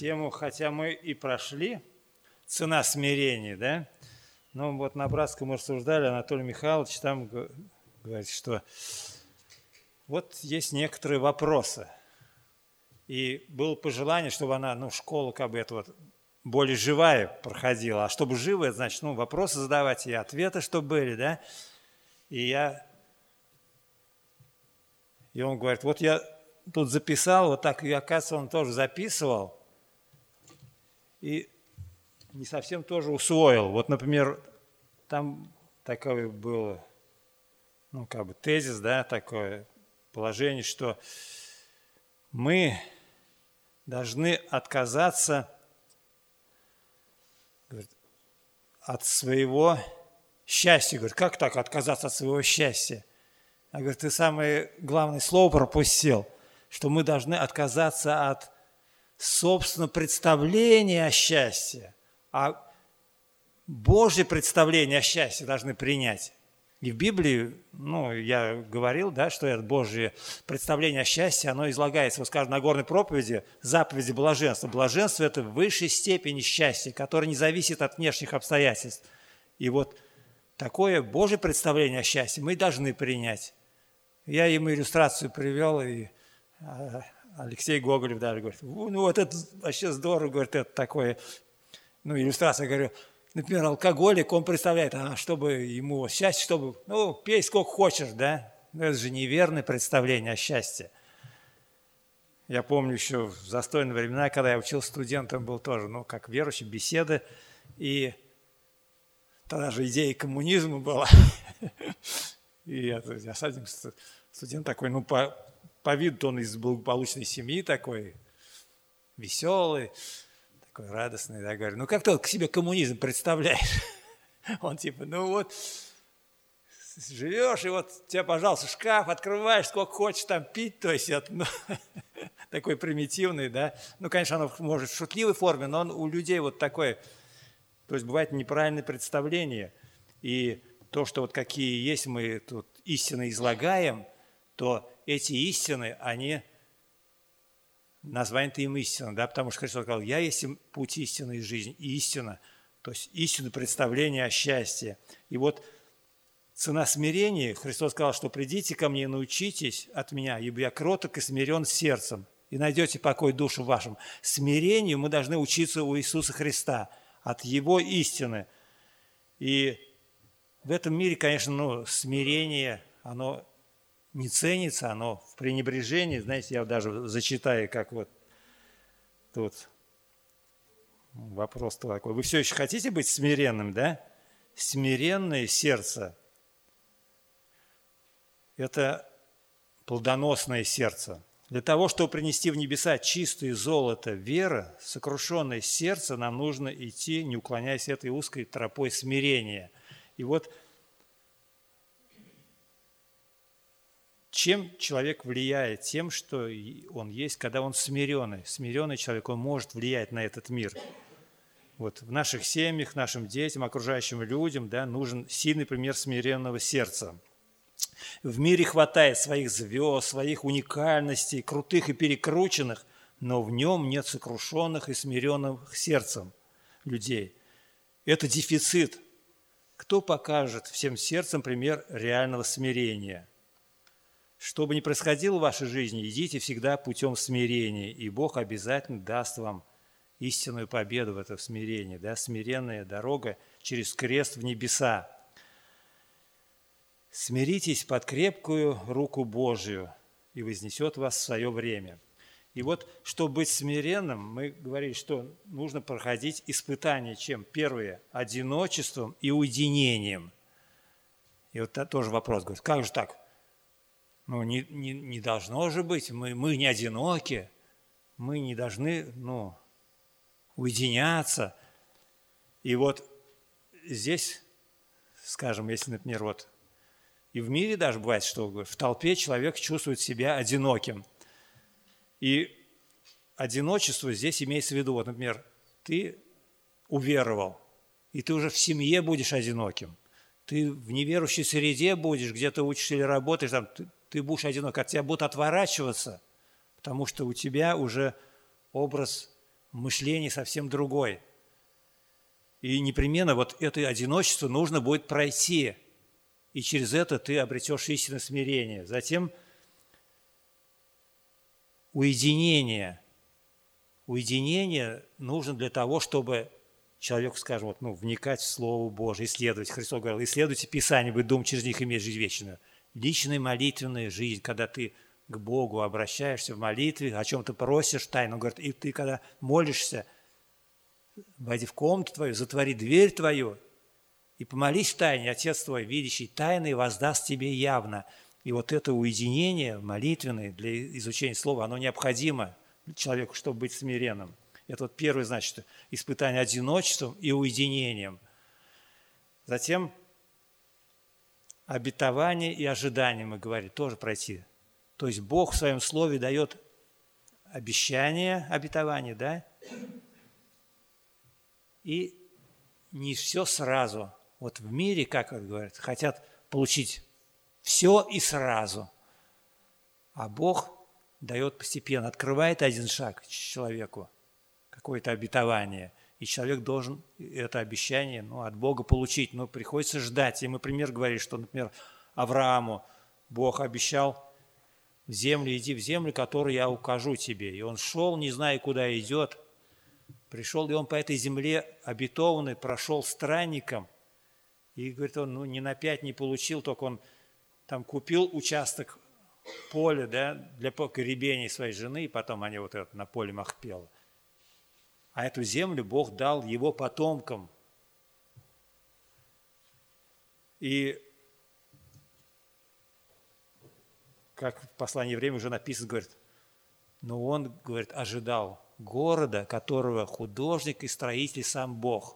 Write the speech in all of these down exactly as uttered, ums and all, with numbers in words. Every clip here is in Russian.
тему, хотя мы и прошли, цена смирения, да? Но вот на братском мы рассуждали, Анатолий Михайлович там говорит, что вот есть некоторые вопросы. И было пожелание, чтобы она, ну, школу как бы это вот более живая проходила. А чтобы живая, значит, ну, вопросы задавать и ответы, чтобы были, да? И я... И он говорит, вот я тут записал, вот так, и оказывается, он тоже записывал. И не совсем тоже усвоил. Вот, например, там такое было, ну, как бы тезис, да, такое положение, что мы должны отказаться, говорит, от своего счастья. Говорит, как так отказаться от своего счастья? Я говорю, ты самое главное слово пропустил, что мы должны отказаться от собственного представления о счастье, а Божье представление о счастье должны принять. И в Библии, ну, я говорил, да, что это Божье представление о счастье, оно излагается, вот скажем, на Нагорной проповеди, заповеди блаженства. Блаженство – это в высшей степени счастье, которое не зависит от внешних обстоятельств. И вот такое Божье представление о счастье мы должны принять. Я ему иллюстрацию привел, и Алексей Гоголев даже говорит, ну вот это вообще здорово, говорит, это такое, ну, иллюстрация, говорю, например, алкоголик, он представляет, а чтобы ему счастье, чтобы, ну, пей сколько хочешь, да, но это же неверное представление о счастье. Я помню еще в застойные времена, когда я учился студентом, был тоже, ну, как верующий, беседы, и тогда же идея коммунизма была. И я, я с одним студент такой, ну, по, по виду он из благополучной семьи такой, веселый, такой радостный, да, говорю, ну, как ты к себе коммунизм представляешь? Он типа, ну, вот, живешь, и вот тебе, пожалуйста, шкаф открываешь, сколько хочешь там пить, то есть, это, ну, такой примитивный, да. Ну, конечно, оно может в шутливой форме, но он у людей вот такой, то есть, бывает неправильное представление, и то, что вот какие есть, мы тут истины излагаем, то эти истины, они, название-то им истина, да, потому что Христос сказал, я есть путь истины и жизнь, и истина, то есть истина представления о счастье. И вот цена смирения, Христос сказал, что придите ко мне и научитесь от меня, ибо я кроток и смирен сердцем, и найдете покой душу вашим. Смирению мы должны учиться у Иисуса Христа, от Его истины. И в этом мире, конечно, ну, смирение, оно не ценится, оно в пренебрежении. Знаете, я даже зачитаю, как вот тут вопрос такой. Вы все еще хотите быть смиренным, да? Смиренное сердце – это плодоносное сердце. Для того, чтобы принести в небеса чистое золото веры, сокрушенное сердце, нам нужно идти, не уклоняясь этой узкой тропой смирения. И вот чем человек влияет? Тем, что он есть, когда он смиренный. Смиренный человек, он может влиять на этот мир. Вот в наших семьях, нашим детям, окружающим людям, да, нужен сильный пример смиренного сердца. В мире хватает своих звезд, своих уникальностей, крутых и перекрученных, но в нем нет сокрушенных и смиренных сердцем людей. Это дефицит. Кто покажет всем сердцем пример реального смирения? Что бы ни происходило в вашей жизни, идите всегда путем смирения, и Бог обязательно даст вам истинную победу в этом смирении, да, смиренная дорога через крест в небеса. Смиритесь под крепкую руку Божию, и вознесет вас в свое время. И вот, чтобы быть смиренным, мы говорили, что нужно проходить испытания, чем? Первое – одиночеством и уединением. И вот тоже вопрос, говорит, как же так? Ну, не, не, не должно же быть, мы, мы не одиноки, мы не должны, ну, уединяться. И вот здесь, скажем, если, например, вот и в мире даже бывает, что в толпе человек чувствует себя одиноким. И одиночество здесь имеется в виду, вот, например, ты уверовал, и ты уже в семье будешь одиноким. Ты в неверующей среде будешь, где ты учишься или работаешь, там, ты, ты будешь одинок, от тебя будут отворачиваться, потому что у тебя уже образ мышление совсем другое. И непременно вот это одиночество нужно будет пройти, и через это ты обретешь истинное смирение. Затем уединение. Уединение нужно для того, чтобы человеку, скажем, вот, ну, вникать в Слово Божие, исследовать. Христос говорил, исследуйте Писание, вы думаете, через них иметь жизнь вечную. Личная молитвенная жизнь, когда ты к Богу обращаешься в молитве, о чем ты просишь тайно, он говорит, и ты, когда молишься, войди в комнату твою, затвори дверь твою и помолись в тайне, Отец твой, видящий тайны, воздаст тебе явно. И вот это уединение молитвенное для изучения Слова, оно необходимо человеку, чтобы быть смиренным. Это вот первое, значит, испытание одиночеством и уединением. Затем обетование и ожидание, мы говорили, тоже пройти. То есть Бог в своем Слове дает обещание, обетование, да? И не все сразу. Вот в мире, как говорят, хотят получить все и сразу. А Бог дает постепенно, открывает один шаг человеку, какое-то обетование, и человек должен это обещание, ну, от Бога получить, но приходится ждать. И мы пример говорили, что, например, Аврааму Бог обещал в землю, иди в землю, которую я укажу тебе. И он шел, не зная, куда идет, пришел, и он по этой земле обетованной прошел странником, и, говорит, он ну, ни на пять не получил, только он там купил участок поля, да, для погребения своей жены, и потом они вот это на поле Махпела. А эту землю Бог дал его потомкам. И как в послании Евреям уже написано, говорит, но он, говорит, ожидал города, которого художник и строитель сам Бог.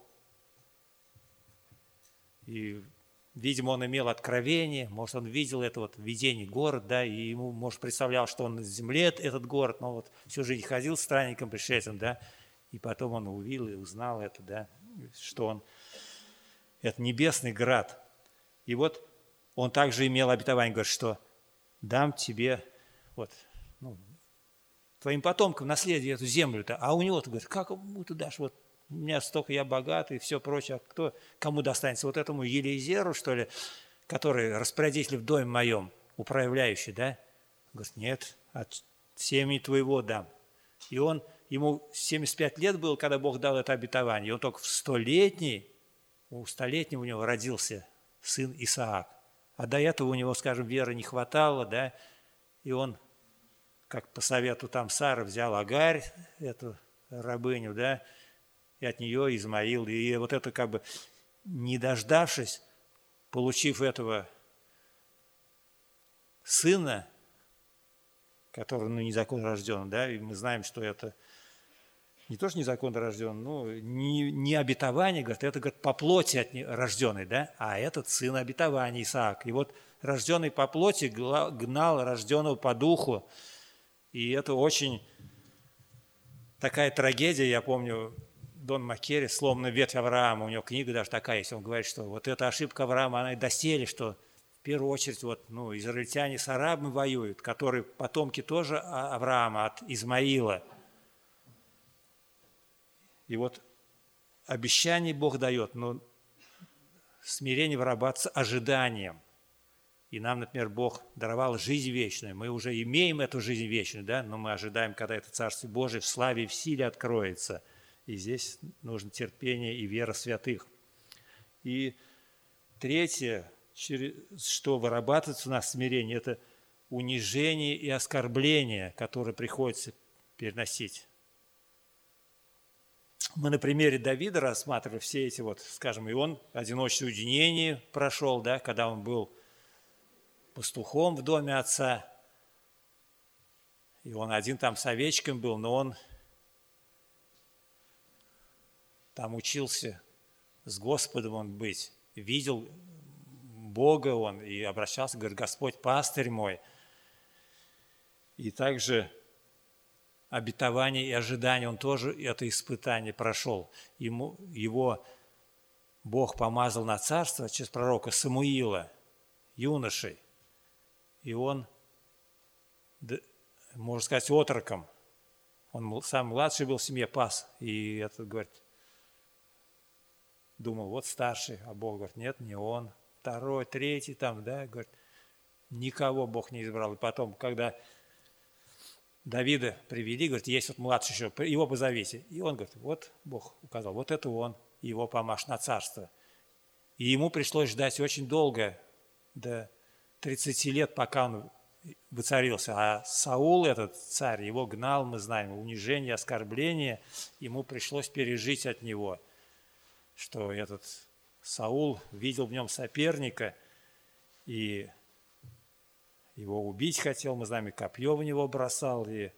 И, видимо, он имел откровение, может, он видел это вот видение город, да, и ему, может, представлял, что он на земле этот город, но вот всю жизнь ходил странником, пришельцем, да, и потом он увидел и узнал это, да, что он, это небесный град. И вот он также имел обетование, говорит, что дам тебе, вот, ну, твоим потомкам наследие эту землю-то, а у него-то, говорит, как ему ты дашь, вот, у меня столько, я богатый и все прочее, а кто, кому достанется, вот этому Елизеру, что ли, который распорядитель в доме моем, управляющий, да? Говорит, нет, от семени твоего дам. И он, ему семьдесят пять лет было, когда Бог дал это обетование, и он только в столетний, у столетнего у него родился сын Исаак. А до этого у него, скажем, веры не хватало, да, и он, как по совету там Сары, взял Агарь, эту рабыню, да, и от нее Измаил. И вот это как бы, не дождавшись, получив этого сына, который, ну, незаконно рожден, да, и мы знаем, что это не то, что незаконно рожден, ну, не, не обетование, говорит, это, говорит, по плоти от рожденный, да, а этот сын обетования, Исаак. И вот рожденный по плоти гнал рожденного по духу, и это очень такая трагедия, я помню, Дон Маккери, «Сломанная ветвь Авраама», у него книга даже такая есть, он говорит, что вот эта ошибка Авраама, она и доселе, что в первую очередь вот, ну, израильтяне с арабами воюют, которые потомки тоже Авраама от Измаила. И вот обещание Бог дает, но смирение вырабатывается ожиданием. И нам, например, Бог даровал жизнь вечную. Мы уже имеем эту жизнь вечную, да, но мы ожидаем, когда это Царствие Божие в славе и в силе откроется. И здесь нужно терпение и вера святых. И третье, что вырабатывается у нас смирение, это унижение и оскорбление, которое приходится переносить. Мы на примере Давида рассматривали все эти вот, скажем, и он одиночное уединение прошел, да, когда он был пастухом в доме отца, и он один там с овечками был, но он там учился с Господом он быть, видел Бога он и обращался, говорит, Господь, пастырь мой. И также обетование и ожидание, он тоже это испытание прошел. Ему, его Бог помазал на царство через пророка Самуила, юношей, и он, можно сказать, отроком. Он сам младший был в семье, пас. И этот, говорит, думал, вот старший, а Бог говорит, нет, не он. Второй, третий там, да, говорит, никого Бог не избрал. И потом, когда Давида привели, говорит, есть вот младший еще, его позовите. И он говорит, вот Бог указал, вот это он, его помажь на царство. И ему пришлось ждать очень долго, до тридцати лет, пока он воцарился. А Саул, этот царь, его гнал, мы знаем, унижение, оскорбление. Ему пришлось пережить от него, что этот Саул видел в нем соперника и его убить хотел, мы знаем, и копье в него бросал, и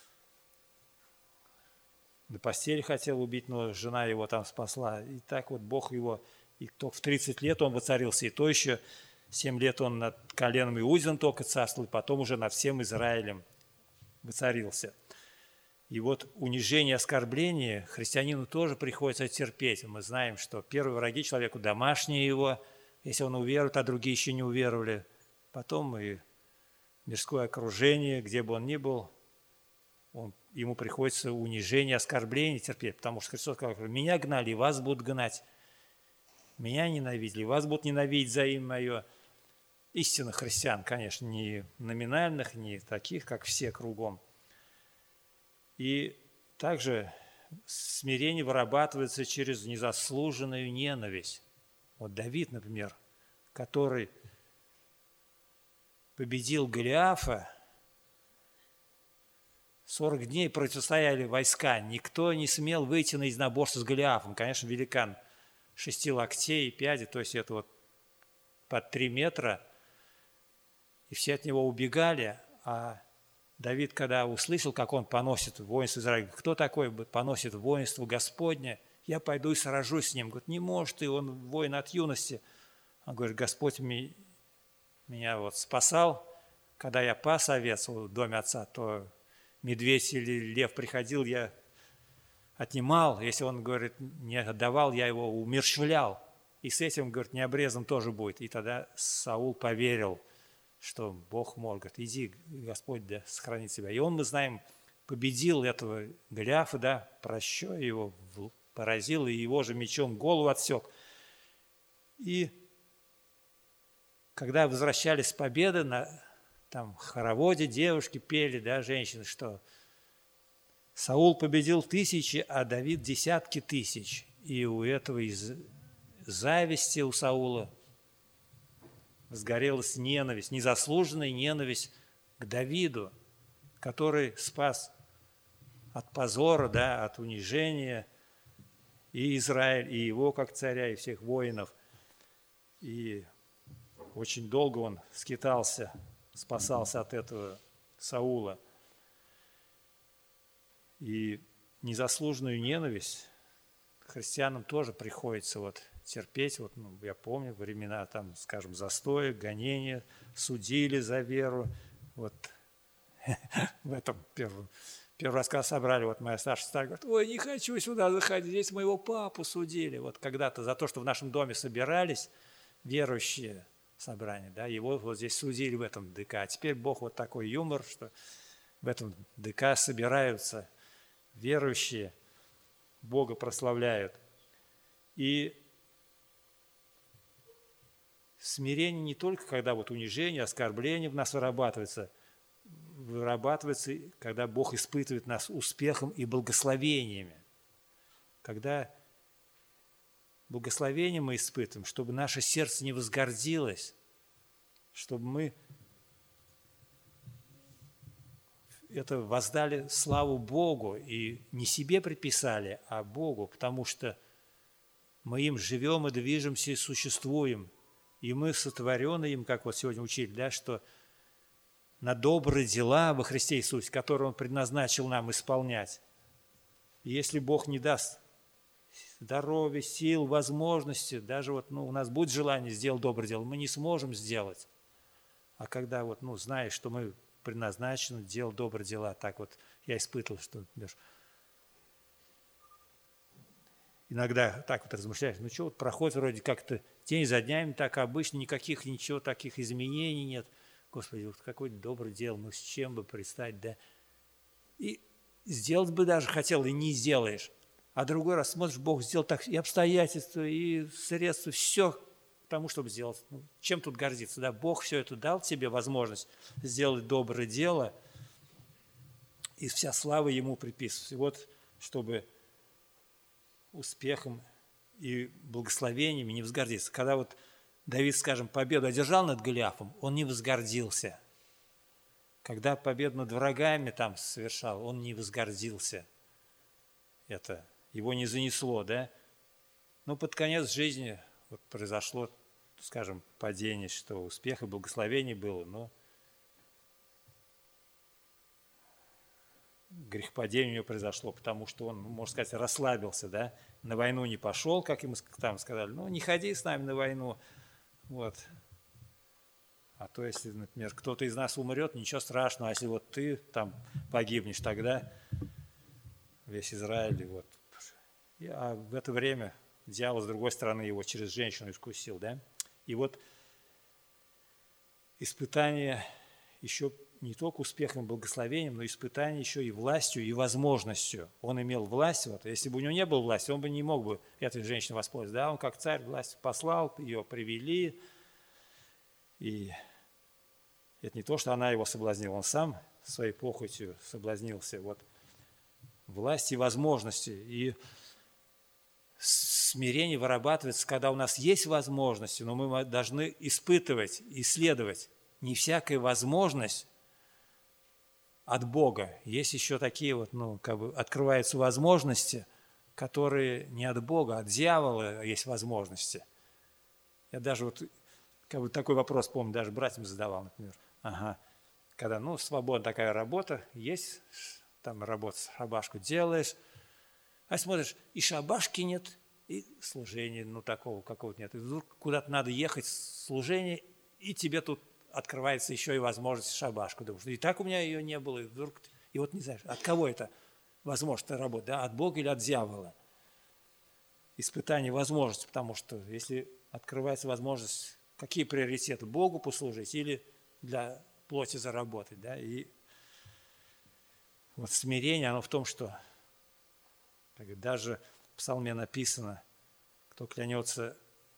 на постели хотел убить, но жена его там спасла. И так вот Бог его, и только в тридцать лет он воцарился, и то еще семь лет он над коленом Иудиным только царствовал, и потом уже над всем Израилем воцарился. И вот унижение, оскорбление христианину тоже приходится терпеть. Мы знаем, что первые враги человеку домашние его, если он уверует, а другие еще не уверовали. Потом и мирское окружение, где бы он ни был, он, ему приходится унижение, оскорбление терпеть, потому что Христос сказал, меня гнали, и вас будут гнать, меня ненавидели, вас будут ненавидеть за имя мое. Истинных христиан, конечно, не номинальных, не таких, как все кругом. И также смирение вырабатывается через незаслуженную ненависть. Вот Давид, например, который победил Голиафа, сорок дней противостояли войска, никто не смел выйти на единоборство с Голиафом. Конечно, великан шести локтей и пяди, то есть это вот под три метра, и все от него убегали, а Давид, когда услышал, как он поносит воинство Израиля, кто такой поносит воинство Господне, я пойду и сражусь с ним. Говорит, не может ты, он воин от юности. Он говорит, Господь меня вот спасал, когда я пас овец в доме отца, то медведь или лев приходил, я отнимал, если он, говорит, не отдавал, я его умерщвлял. И с этим, говорит, необрезан тоже будет. И тогда Саул поверил, что Бог может. Говорит, иди, Господь да сохранит тебя. И он, мы знаем, победил этого Голиафа, да, прощая его, поразил, и его же мечом голову отсек. И когда возвращались с победы, на там хороводе девушки пели, да, женщины, что Саул победил тысячи, а Давид десятки тысяч. И у этого из зависти у Саула сгорелась ненависть, незаслуженная ненависть к Давиду, который спас от позора, да, от унижения и Израиль, и его как царя, и всех воинов. И очень долго он скитался, спасался от этого Саула. И незаслуженную ненависть христианам тоже приходится вот терпеть. Вот, ну, я помню времена, там, скажем, застоя, гонения, судили за веру. Вот в этом первом, первый раз, когда собрали, вот моя старшая сестра говорит, ой, не хочу сюда заходить, здесь моего папу судили. Вот когда-то за то, что в нашем доме собирались верующие собрания, да, его вот здесь судили в этом ДК. А теперь Бог вот такой юмор, что в этом ДК собираются верующие, Бога прославляют. И смирение не только, когда вот унижение, оскорбление в нас вырабатывается, вырабатывается, когда Бог испытывает нас успехом и благословениями. Когда благословение мы испытываем, чтобы наше сердце не возгордилось, чтобы мы это воздали славу Богу и не себе приписали, а Богу, потому что мы им живем и движемся и существуем. И мы сотворены им, как вот сегодня учили, да, что на добрые дела во Христе Иисусе, которые Он предназначил нам исполнять. И если Бог не даст здоровья, сил, возможности, даже вот, ну, у нас будет желание сделать доброе дело, мы не сможем сделать. А когда вот, ну, знаешь, что мы предназначены делать добрые дела, так вот я испытывал, что даже иногда так вот размышляешь, ну что, вот проходит вроде как-то день за днем, так обычно, никаких, ничего, таких изменений нет. Господи, вот какое доброе дело, ну с чем бы пристать, да? И сделать бы даже хотел, и не сделаешь. А другой раз смотришь, Бог сделал так, и обстоятельства, и средства, все к тому, чтобы сделать. Ну, чем тут гордиться? Да? Бог все это дал тебе возможность сделать доброе дело, и вся слава Ему приписывается. И вот, чтобы успехом и благословениями не возгордиться. Когда вот Давид, скажем, победу одержал над Голиафом, он не возгордился. Когда победу над врагами там совершал, он не возгордился. Это его не занесло, да? Но под конец жизни вот произошло, скажем, падение, что успех и благословение было, но грехопадение у него произошло, потому что он, можно сказать, расслабился, да? На войну не пошел, как ему там сказали, ну не ходи с нами на войну, вот. А то, если, например, кто-то из нас умрет, ничего страшного, а если вот ты там погибнешь, тогда весь Израиль, вот. А в это время дьявол, с другой стороны, его через женщину искусил, да? И вот испытание еще не только успехом и благословением, но испытание еще и властью, и возможностью. Он имел власть, вот, если бы у него не было власти, он бы не мог бы этой женщиной воспользоваться. Да? Он как царь власть послал, ее привели, и это не то, что она его соблазнила, он сам своей похотью соблазнился. Вот власть и возможности, и смирение вырабатывается, когда у нас есть возможности, но мы должны испытывать, исследовать. Не всякая возможность от Бога. Есть еще такие вот, ну, как бы открываются возможности, которые не от Бога, а от дьявола есть возможности. Я даже вот, как бы такой вопрос, помню, даже братьям задавал, например. Ага. Когда, ну, свободна такая работа, есть, там работа, шабашку делаешь, а смотришь, и шабашки нет, и служения, ну, такого какого-то нет. И вдруг куда-то надо ехать, служение, и тебе тут открывается еще и возможность шабашку. Думаешь, и так у меня ее не было, и вдруг, и вот не знаешь, от кого это возможность работать, да, от Бога или от дьявола? Испытание возможности, потому что если открывается возможность, какие приоритеты, Богу послужить или для плоти заработать, да, и вот смирение, оно в том, что как даже в псалме написано, кто клянется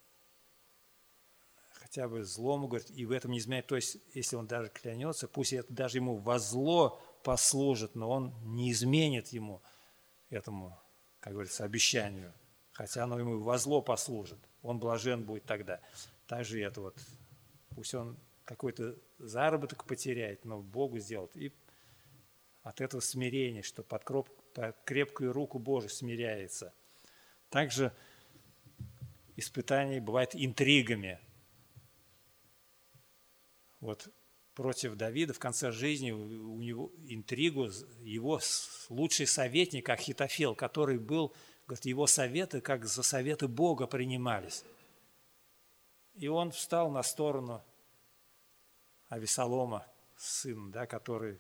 хотя бы злому, говорит, и в этом не изменяет. То есть, если он даже клянется, пусть это даже ему во зло послужит, но он не изменит ему этому, как говорится, обещанию, хотя оно ему во зло послужит. Он блажен будет тогда. Также это вот, пусть он какой-то заработок потеряет, но Богу сделает. И от этого смирения, что под, кроп, под крепкую руку Божию смиряется. Также испытание бывает интригами. Вот против Давида в конце жизни у него интригу, его лучший советник Ахитофел, который был, говорит, его советы как за советы Бога принимались. И он встал на сторону Авесолома, сына, да, который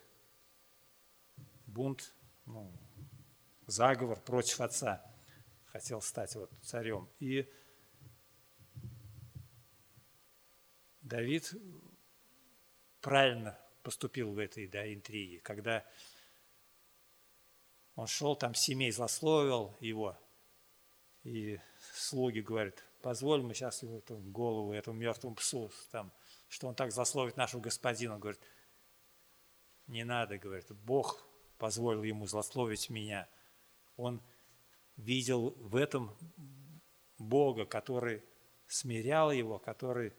бунт, ну, заговор против отца, хотел стать вот царем. И Давид правильно поступил в этой, да, интриге, когда он шел, там семей злословил его, и слуги говорят, позволь, мы сейчас его эту голову этому мертвому псу, там, что он так злословит нашего господина. Он говорит, не надо, говорит, Бог позволил ему злословить меня. Он видел в этом Бога, который смирял его, который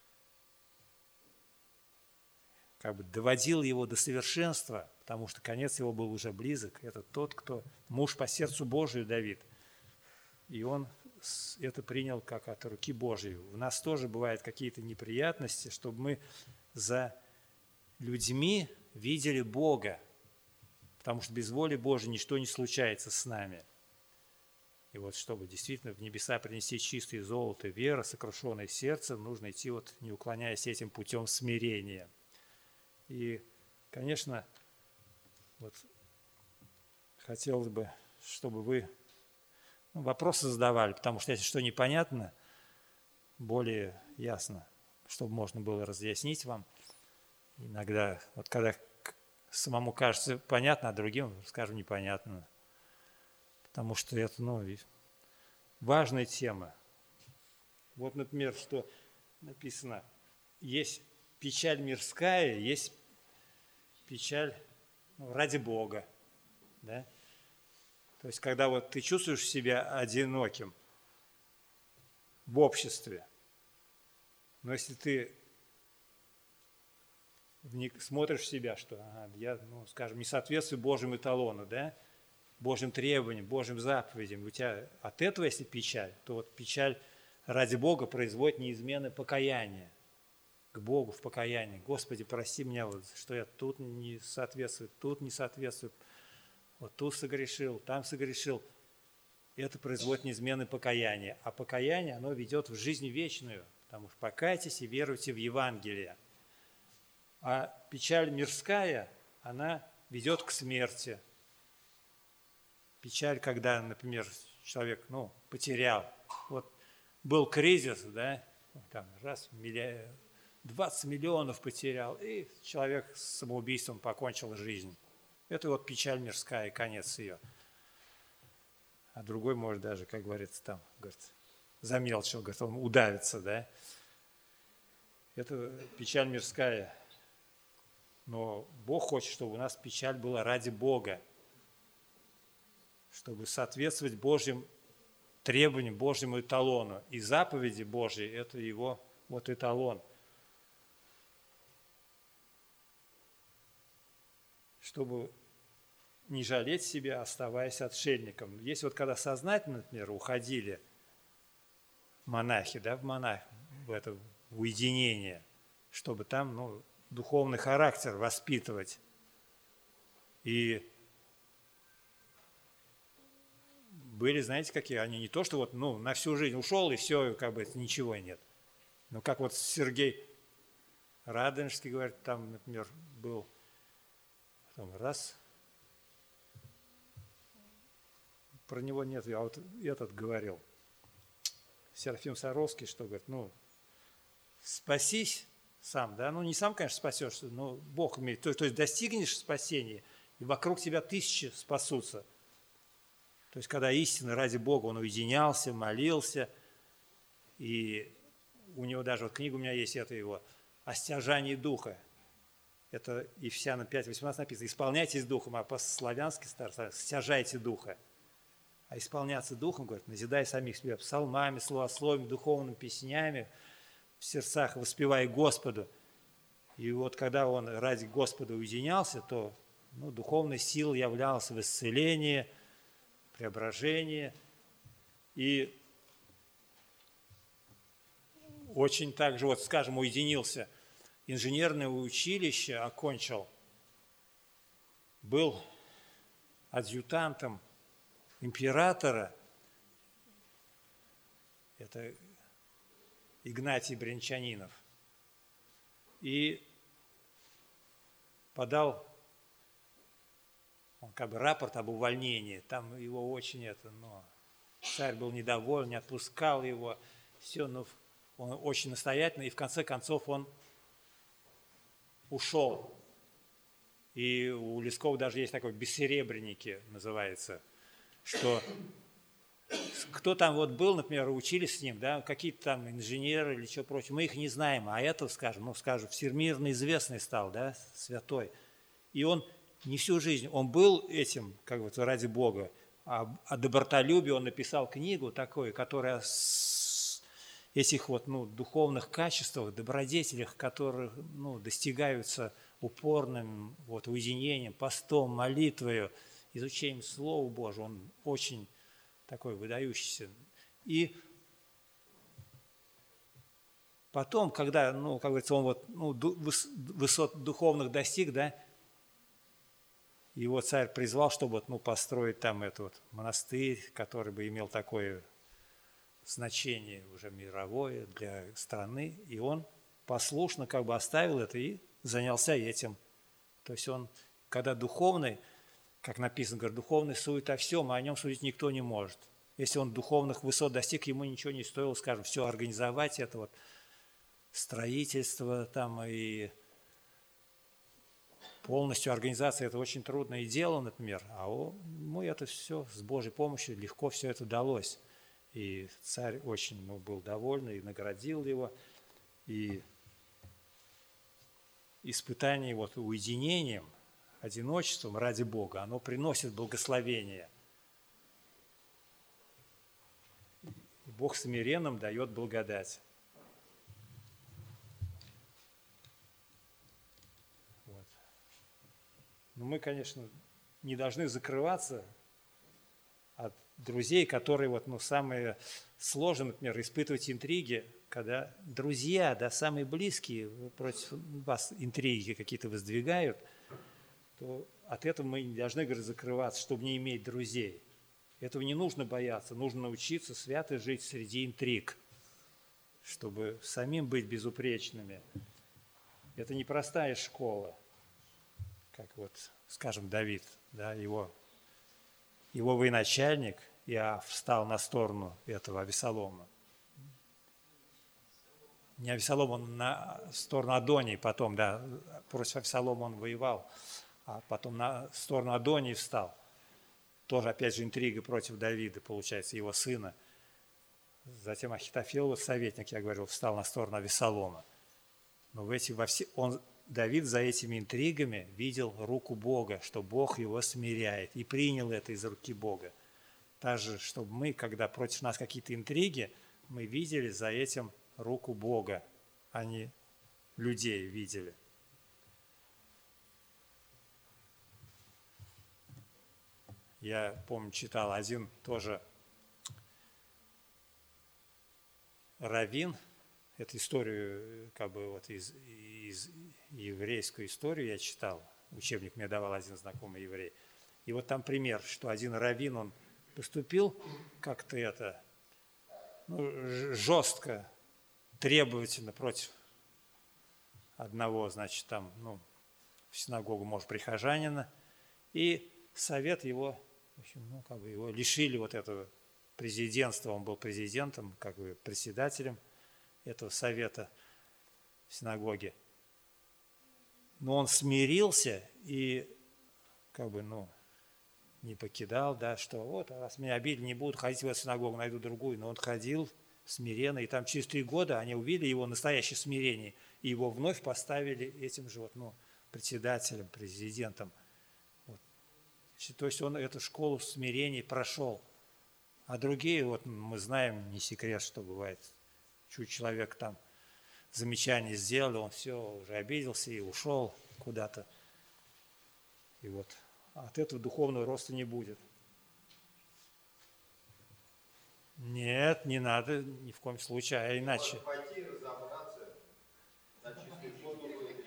как бы доводил его до совершенства, потому что конец его был уже близок. Это тот, кто муж по сердцу Божию Давид. И он это принял как от руки Божьей. У нас тоже бывают какие-то неприятности, чтобы мы за людьми видели Бога, потому что без воли Божьей ничто не случается с нами. И вот чтобы действительно в небеса принести чистое золото, вера, сокрушенное сердце, нужно идти, вот, не уклоняясь этим путем смирения. И, конечно, вот хотелось бы, чтобы вы ну, вопросы задавали, потому что если что непонятно, более ясно, чтобы можно было разъяснить вам. Иногда, вот когда самому кажется понятно, а другим, скажем, непонятно. Потому что это, ну, важная тема. Вот, например, что написано, есть печаль мирская, есть печаль, ну, ради Бога, да? То есть, когда вот ты чувствуешь себя одиноким в обществе, но если ты смотришь в себя, что ага, я, ну, скажем, не соответствую Божьему эталону, да, Божьим требованиям, Божьим заповедям, у тебя от этого, если печаль, то вот печаль ради Бога производит неизменное покаяние к Богу в покаянии. Господи, прости меня, вот, что я тут не соответствую, тут не соответствую, вот тут согрешил, там согрешил. Это производит неизменное покаяние. А покаяние, оно ведет в жизнь вечную, потому что покайтесь и веруйте в Евангелие. А печаль мирская, она ведет к смерти. Печаль, когда, например, человек, ну, потерял. Вот был кризис, да, там раз, двадцать миллионов потерял, и человек с самоубийством покончил жизнь. Это вот печаль мирская, конец ее. А другой может даже, как говорится, там, говорит, замелчил, говорит, он удавится, да. Это печаль мирская. Но Бог хочет, чтобы у нас печаль была ради Бога, чтобы соответствовать Божьим требованиям, Божьему эталону. И заповеди Божьи – это его вот эталон. Чтобы не жалеть себя, оставаясь отшельником. Есть вот когда сознательно, например, уходили монахи, да, в монах, в это уединение, чтобы там, ну, духовный характер воспитывать. И были, знаете, какие они, не то, что вот, ну, на всю жизнь ушел, и все, как бы ничего нет. Но как вот Сергей Радонежский, говорит, там, например, был, потом раз, про него нет, а вот этот говорил, Серафим Саровский, что говорит, ну, спасись сам, да, ну не сам, конечно, спасешься, но Бог имеет, то, то есть достигнешь спасения, и вокруг тебя тысячи спасутся. То есть, когда истинно ради Бога он уединялся, молился, и у него даже, вот книга у меня есть, это его «О стяжании духа». Это Ефесянам пять восемнадцать написано, «Исполняйтесь духом», а по-славянски «стяжайте духа». А исполняться духом, говорит, назидай самих себя псалмами, словословиями, духовными песнями, в сердцах воспевая Господу. И вот когда он ради Господа уединялся, то, ну, духовной силой являлась в исцелении, преображении. И очень также, вот, скажем, уединился, инженерное училище окончил, был адъютантом императора, это Игнатий Брянчанинов, и подал он как бы рапорт об увольнении. Там его очень это, ну, царь был недоволен, не отпускал его, все, ну, он очень настоятельно, и в конце концов он ушел. И у Лескова даже есть такой «Бессеребренники» называется, что кто там вот был, например, учились с ним, да, какие-то там инженеры или что прочее, мы их не знаем, а это, скажем, ну, скажем, всемирно известный стал, да, святой. И он не всю жизнь, он был этим, как бы, ради Бога, а о добротолюбии он написал книгу такую, которая с этих вот, ну, духовных качествах, добродетелях, которые, ну, достигаются упорным вот, уединением, постом, молитвою, изучением Слова Божьего, он очень такой выдающийся. И потом, когда, ну, как говорится, он вот, ну, высот духовных достиг, да, его царь призвал, чтобы, ну, построить там этот вот монастырь, который бы имел такое значение уже мировое для страны, и он послушно как бы оставил это и занялся этим. То есть он, когда духовный, как написано, говорит, духовный судит о всем, а о нем судить никто не может. Если он духовных высот достиг, ему ничего не стоило, скажем, все организовать, это вот строительство там и полностью организация – это очень трудное дело, например, а ему это все с Божьей помощью легко все это далось. И царь очень ну, был доволен и наградил его. И испытание вот уединением, одиночеством ради Бога, оно приносит благословение. И Бог смиренным дает благодать. Вот. Но мы, конечно, не должны закрываться от друзей, которые вот, ну, самые сложные, например, испытывать интриги, когда друзья, да, самые близкие против вас интриги какие-то воздвигают, то от этого мы не должны, говорит, закрываться, чтобы не иметь друзей. Этого не нужно бояться, нужно научиться свято жить среди интриг, чтобы самим быть безупречными. Это непростая школа, как вот, скажем, Давид, да, его, его военачальник, Иоав, встал на сторону этого Авесолома. Не Авесолом, он на сторону Адонии потом, да, против Авесолома он воевал, а потом на сторону Адонии встал. Тоже, опять же, интрига против Давида, получается, его сына. Затем Ахитофел, вот советник, я говорил, встал на сторону Авесолома. Но в эти, во все, он, Давид за этими интригами видел руку Бога, что Бог его смиряет, и принял это из руки Бога. Так же, чтобы мы, когда против нас какие-то интриги, мы видели за этим руку Бога, а не людей видели. Я, помню, читал один тоже раввин, эту историю, как бы вот из, из еврейскую историю я читал, учебник мне давал один знакомый еврей. И вот там пример, что один раввин, он поступил как-то это, ну, жестко, требовательно против одного, значит, там, ну, в синагогу, может, прихожанина, и совет его, в общем, ну, как бы его лишили вот этого президентства, он был президентом, как бы председателем этого совета в синагоге. Но он смирился и, как бы, ну, не покидал, да, что вот, раз меня обидели, не будут ходить в эту синагогу, найду другую. Но он ходил смиренно, и там через три года они увидели его настоящее смирение, и его вновь поставили этим же вот, ну, председателем, президентом. Вот. То есть он эту школу смирения прошел. А другие, вот мы знаем, не секрет, что бывает, чуть человек там замечание сделал, он все, уже обиделся и ушел куда-то. И вот от этого духовного роста не будет. Нет, не надо ни в коем случае, а иначе. Пойти и разобраться, на чистую воду выйти.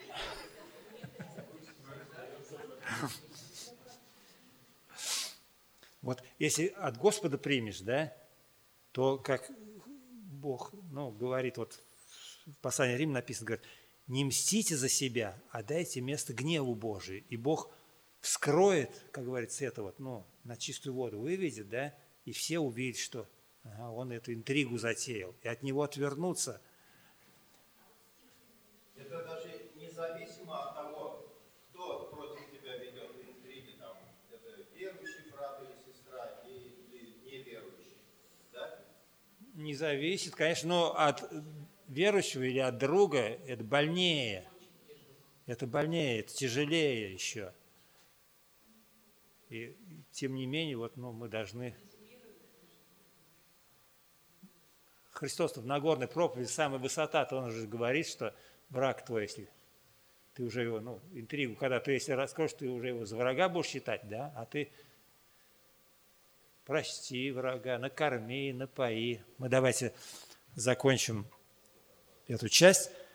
Вот если от Господа примешь, да, то как Бог, ну, говорит, вот в послании Рим написано, говорит, не мстите за себя, а дайте место гневу Божию. И Бог вскроет, как говорится, это вот, ну, на чистую воду выведет, да, и все увидят, что ага, он эту интригу затеял, и от него отвернуться. Это даже независимо от того, кто против тебя ведет интриги, там, это верующий брат или сестра, или неверующий, да? Не зависит, конечно, но от верующего или от друга это больнее. Это больнее, это тяжелее еще. И тем не менее, вот, ну, мы должны... Христос в Нагорной проповеди, самая высота, то он же говорит, что враг твой, если ты уже его, ну, интригу, когда ты, если раскроешь, ты уже его за врага будешь считать, да, а ты прости врага, накорми, напои. Мы давайте закончим эту часть.